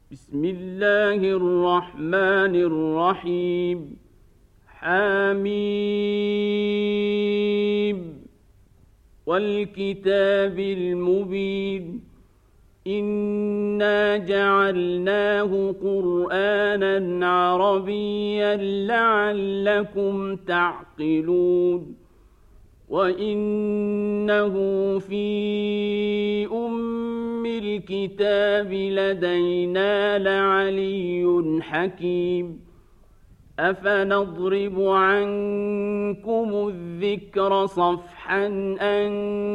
بسم الله الرحمن الرحيم. حميم والكتاب المبين. إنا جعلناه قرآنا عربيا لعلكم تعقلون. وإنه في الكتاب لدينا لعلي حكيم. أفنضرب عنكم الذكر صفحا أن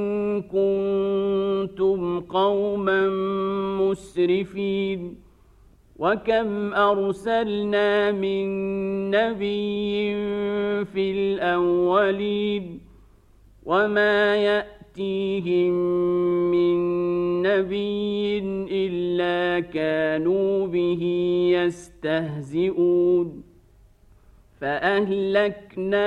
كنتم قوما مسرفين. وكم أرسلنا من نبي في الأولين وما يأتيهم من نبي إلا كانوا به يستهزئون. فأهلكنا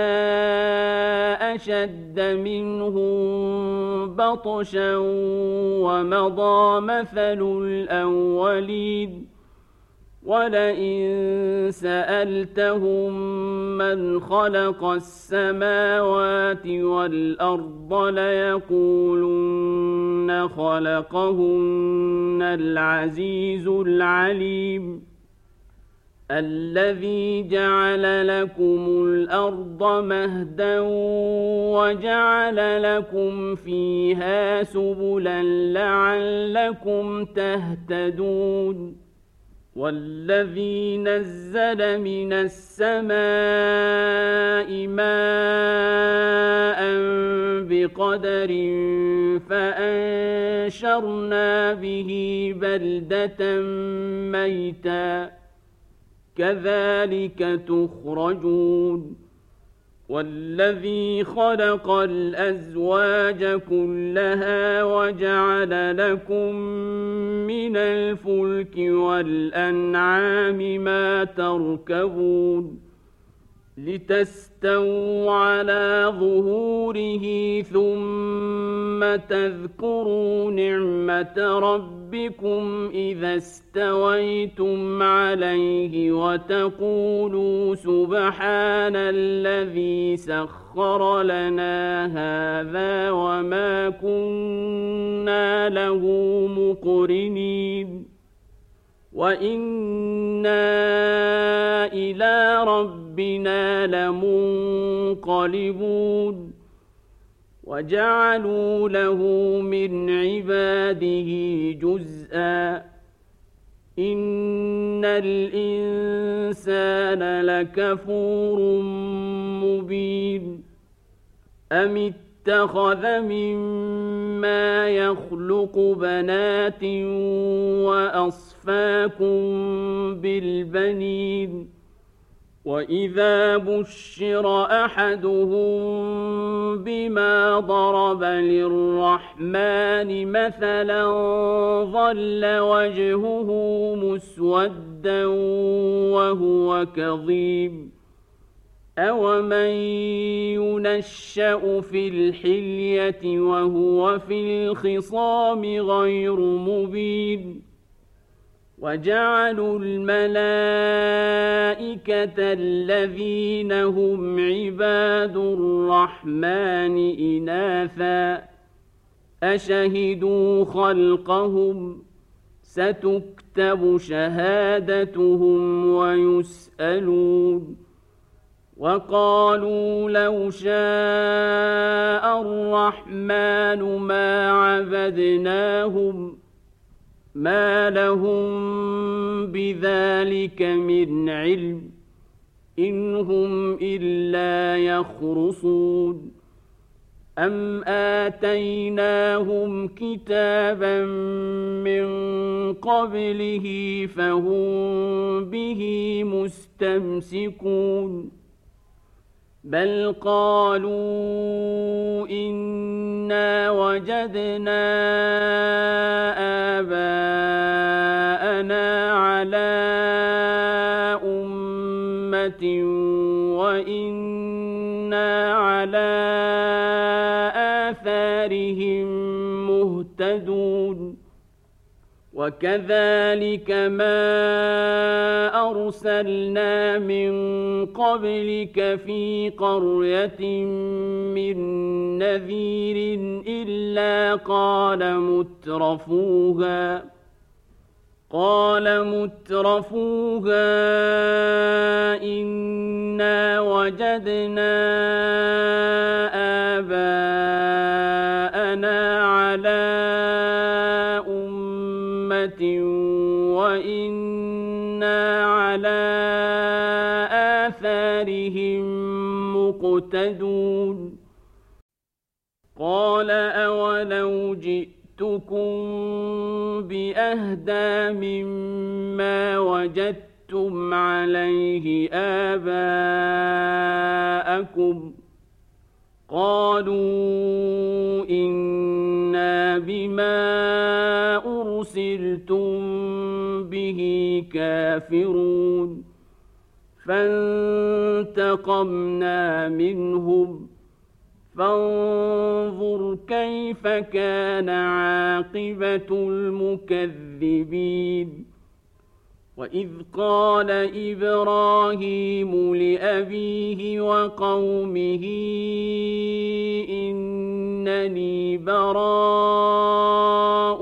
أشد منهم بطشا ومضى مثل الأولين. ولئن سألتهم من خلق السماوات والأرض ليقولن خلقهن العزيز العليم. الذي جعل لكم الأرض مهدا وجعل لكم فيها سبلا لعلكم تهتدون. والذي نزل من السماء ماء بقدر فأنشرنا به بلدة ميتا كذلك تخرجون. والذي خلق الأزواج كلها وجعل لكم من الفلك والأنعام ما تركبون لتستووا على ظهوره ثم تذكروا نعمة ربكم إذا استويتم عليه وتقولوا سبحان الذي سخر لنا هذا وما كنا له مقرنين وإنا إلى ربنا لمنقلبون. وجعلوا له من عباده جزءا إن الإنسان لكفور مبين. أم اتخذ مما يخلق بنات وأصفاكم بالبنين. وإذا بشر أحدهم بما ضرب للرحمن مثلا ظل وجهه مسودا وهو كظيم. أومن ينشأ في الحلية وهو في الخصام غير مبين. وجعلوا الملائكة الذين هم عباد الرحمن إناثا أشهدوا خلقهم ستكتب شهادتهم ويسألون. وقالوا لو شاء الرحمن ما عبدناهم ما لهم بذلك من علم إن هم إلا يخرصون. أم آتيناهم كتابا من قبله فهم به مستمسكون. بل قالوا إنا وجدنا آباءنا على أمة وإنا على آثارهم مهتدون. وكذلك ما أرسلنا من قبلك في قرية من نذير إلا قال مترفوها إنا وجدنا آباءنا على أمة وإنا على آثارهم مقتدون قال أولو جئتكم بأهدى مما وجدتم عليه آباءكم قالوا إنا بما أرسلتم به كافرون فانتقمنا منهم فانظر كيف كان عاقبة المكذبين وإذ قال إبراهيم لأبيه وقومه إنني براء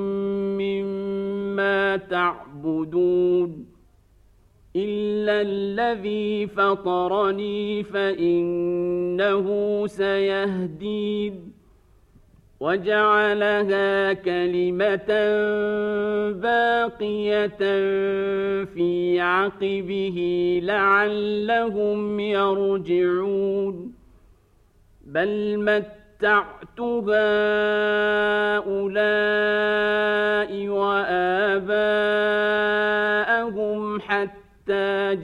مما تعبدون إلا الذي فطرني فإنه سيهدين وجعلها كلمة باقية في عقبه لعلهم يرجعون بل متعت هؤلاء وآباءهم حتى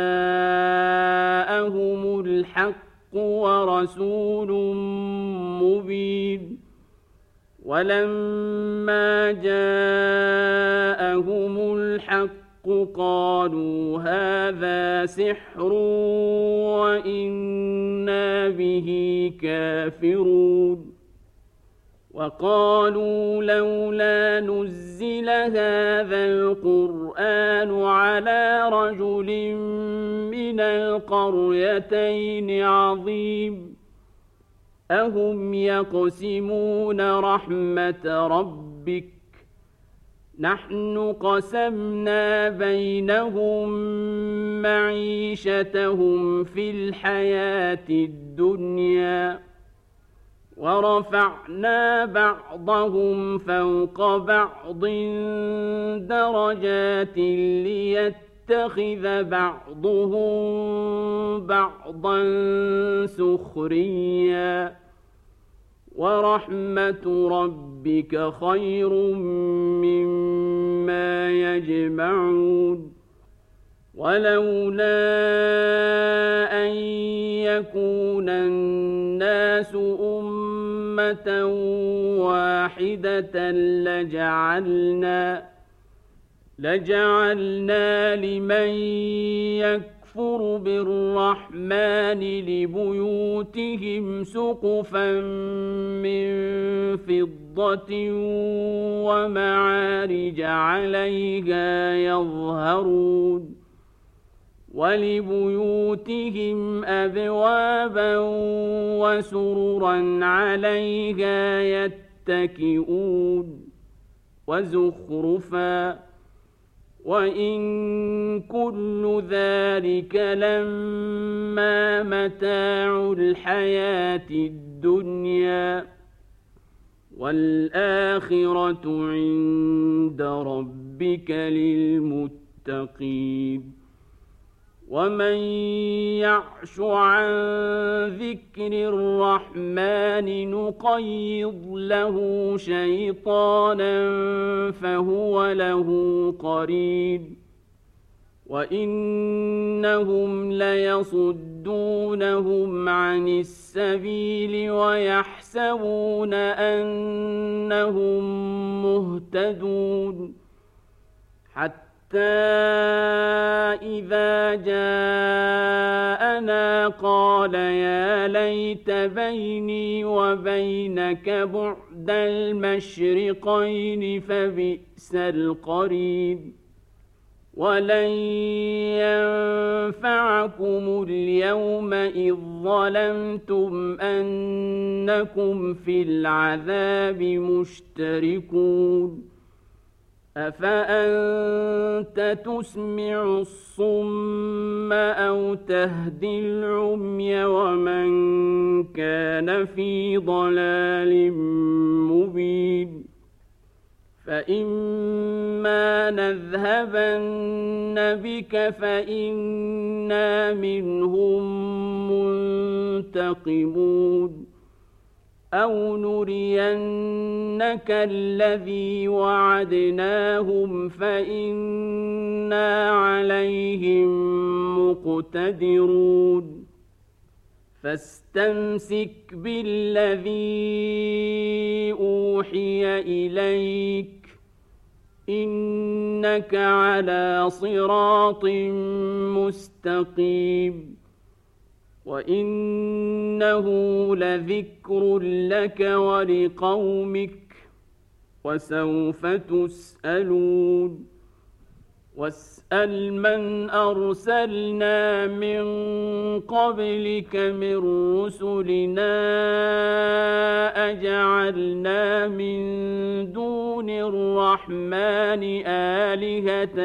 جاءهم الحق ورسول مبين ولما جاءهم الحق قالوا هذا سحر وإنا به كافرون وقالوا لولا نزل هذا القرآن على رجل من القريتين عظيم أهم يقسمون رحمة ربك نحن قسمنا بينهم معيشتهم في الحياة الدنيا ورفعنا بعضهم فوق بعض درجات ليتخذ بعضهم بعضا سخريا ورحمة ربك خير مما يجمعون ولولا أن يكون الناس أمة واحدة لجعلنا لمن يكفر بالرحمن لبيوتهم سقفا من فضة ومعارج عليها يظهرون ولبيوتهم أبوابا وسررا عليها يتكئون وزخرفا وإن كل ذلك لما متاع الحياة الدنيا والآخرة عند ربك للمتقين ومن يعش عن ذكر الرحمن نقيض له شيطانا فهو له قرين وإنهم ليصدونهم عن السبيل ويحسبون أنهم مهتدون حتى إذا جاءنا قال يا ليت بيني وبينك بعد إحدى المشرقين فبئس القرين ولن ينفعكم اليوم إذ ظلمتم أنكم في العذاب مشتركون أفأنت تسمع الصم أو تهدي العمي ومن كان في ضلال مبين فإما نذهبن بك فإنا منهم منتقمون أو نرينك الذي وعدناهم فإنا عليهم مقتدرون فاستمسك بالذي أوحي إليك إنك على صراط مستقيم وإنه لذكر لك ولقومك وسوف تسألون واسأل من أرسلنا من قبلك من رسلنا أجعلنا من دون الرحمن آلهة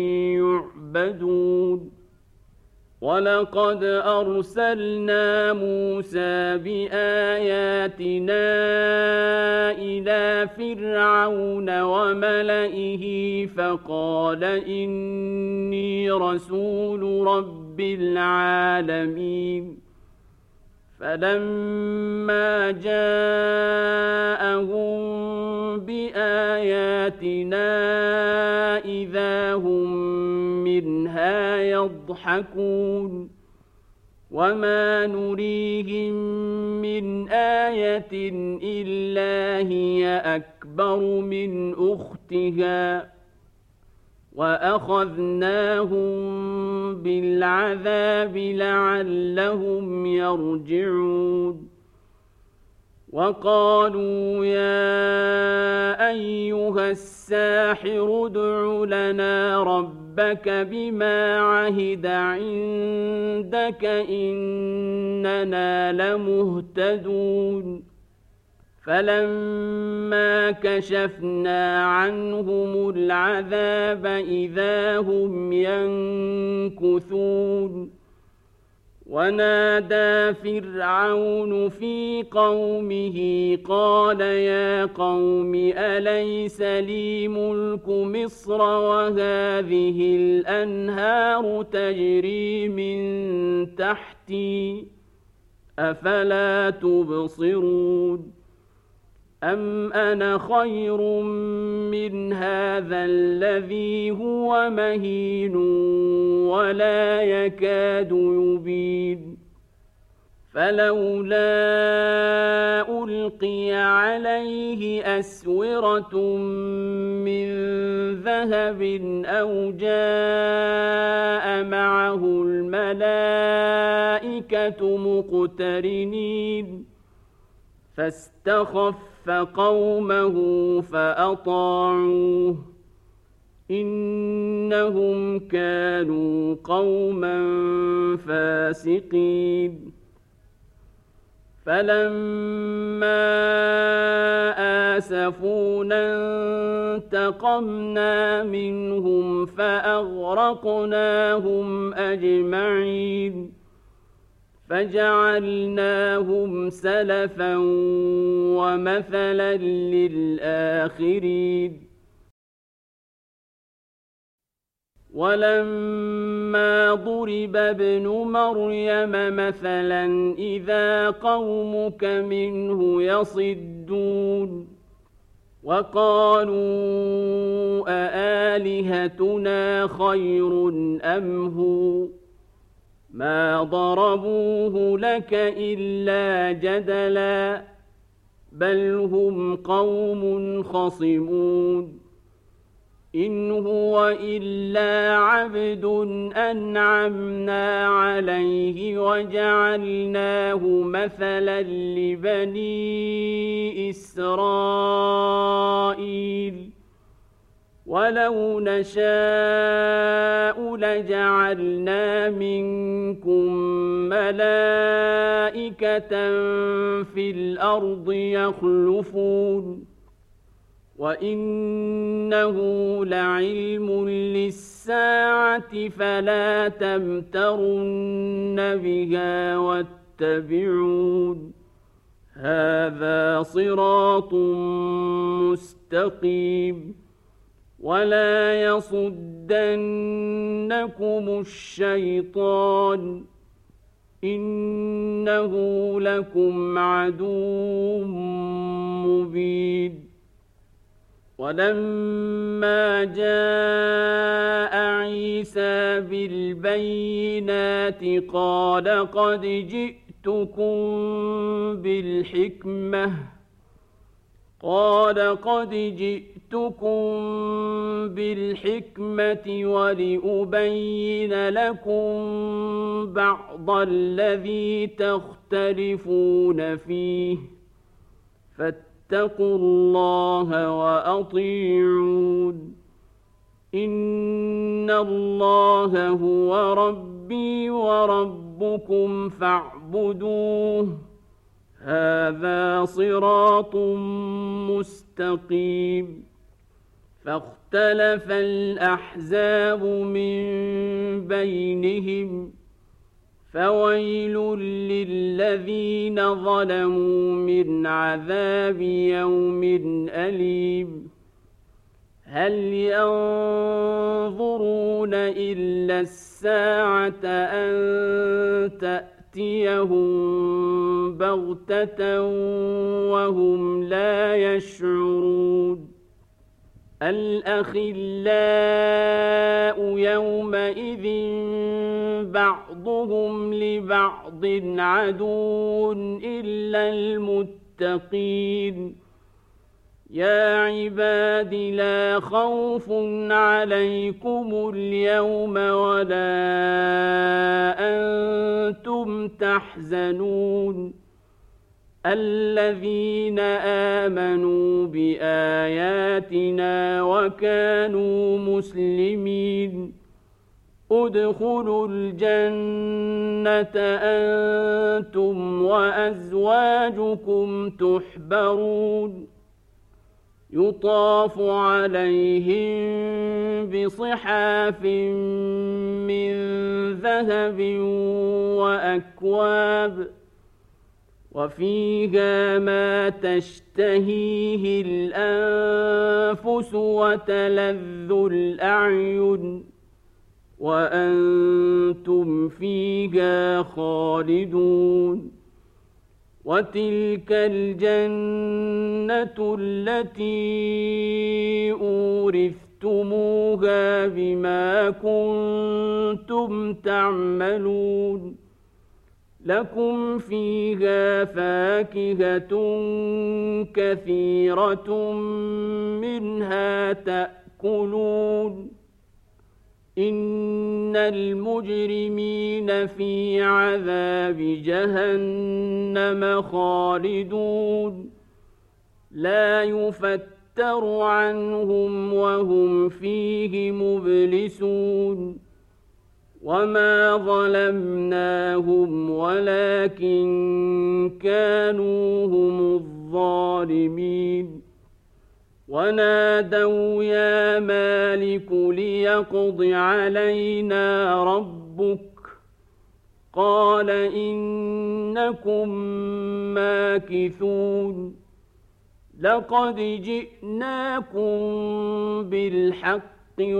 يعبدون ولقد أرسلنا موسى بآياتنا إلى فرعون وملئه فقال إني رسول رب العالمين فلما جاءهم بآياتنا إذا هم منها يضحكون وما نريهم من آية إلا هي أكبر من أختها وأخذناهم بالعذاب لعلهم يرجعون وقالوا يا أيها الساحر ادع لنا ربك بما عهد عندك إننا لمهتدون فلما كشفنا عنهم العذاب إذا هم ينكثون ونادى فرعون في قومه قال يا قوم أليس لي ملك مصر وهذه الأنهار تجري من تحتي أفلا تبصرون أم أنا خير من هذا الذي هو مهين ولا يكاد يبين فلولا ألقي عليه أسورة من ذهب أو جاء معه الملائكة مقترنين فاستخف قومه فأطاعوه إنهم كانوا قوما فاسقين فلما آسفونا انتقمنا منهم فأغرقناهم أجمعين فجعلناهم سلفا ومثلا للآخرين ولما ضرب ابن مريم مثلا إذا قومك منه يصدون وقالوا أآلهتنا خير أم هو ما ضربوه لك إلا جدلا بل هم قوم خصمون إن هو إلا عبد أنعمنا عليه وجعلناه مثلا لبني إسرائيل إسرائيل ولو نشاء لجعلنا منكم ملائكة في الأرض يخلفون وإنه لعلم للساعة فلا تمترن بها واتبعون هذا صراط مستقيم ولا يصدنكم الشيطان إنه لكم عدو مبين ولما جاء عيسى بالبينات قال قد جئتكم بالحكمة ولأبين لكم بعض الذي تختلفون فيه فاتقوا الله وأطيعون إن الله هو ربي وربكم فاعبدوه هذا صراط مستقيم فاختلف الأحزاب من بينهم فويل للذين ظلموا من عذاب يوم أليم هل ينظرون إلا الساعة أن تأتيهم بغتة وهم لا يشعرون الأخلاء يومئذ بعضهم لبعض عدو إلا المتقين يا عباد لا خوف عليكم اليوم ولا أنتم تحزنون الذين آمنوا بآياتنا وكانوا مسلمين ادخلوا الجنة أنتم وأزواجكم تحبرون يطاف عليهم بصحاف من ذهب وأكواب وفيها ما تشتهيه الأنفس وتلذ الأعين وأنتم فيها خالدون وتلك الجنة التي أورثتموها بما كنتم تعملون لكم فيها فاكهة كثيرة منها تأكلون إن المجرمين في عذاب جهنم خالدون لا يفتر عنهم وهم فيه مبلسون وما ظلمناهم ولكن كانوا هم الظالمين ونادوا يا مالك ليقض علينا ربك قال إنكم ماكثون لقد جئناكم بالحق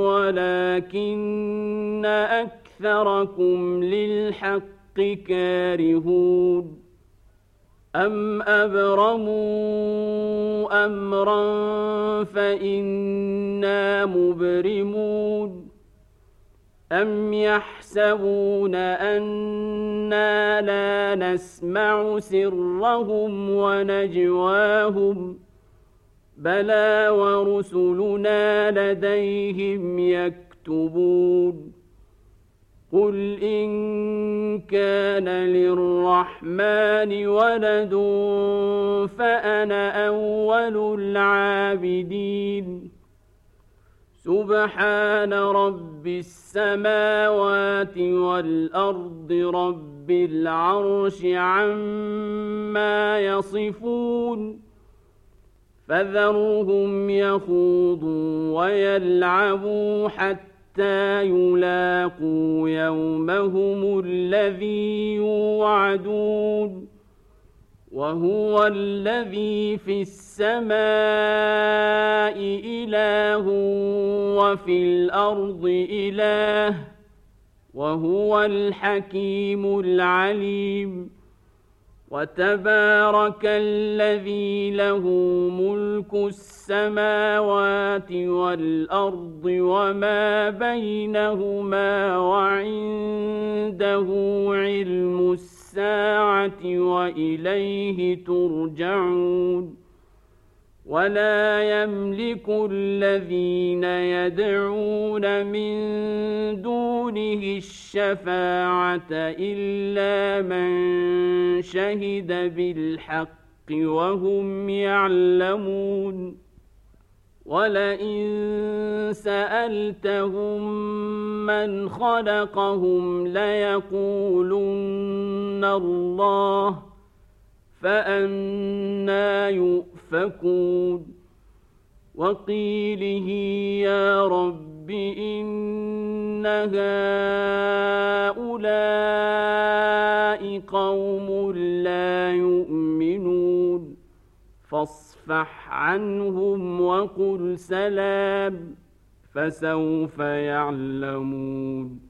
ولكن أكثركم للحق كارهون أم أبرموا أمرا فإنا مبرمون أم يحسبون أنا لا نسمع سرهم ونجواهم بلى ورسلنا لديهم يكتبون قل إن كان للرحمن ولد فأنا أول العابدين سبحان رب السماوات والأرض رب العرش عما يصفون فذرهم يخوضوا ويلعبوا حتى يلاقوا يومهم الذي يوعدون وهو الذي في السماء إله وفي الأرض إله وهو الحكيم العليم وتبارك الذي له ملك السماوات والأرض وما بينهما وعنده علم الساعة وإليه ترجعون ولا يملك الذين يدعون من دونه الشفاعة إلا من شهد بالحق وهم يعلمون ولئن سألتهم من خلقهم ليقولن الله فأنى يؤفكون وقيله يا رب إن هؤلاء قوم لا يؤمنون فاصفح عنهم وقل سلام فسوف يعلمون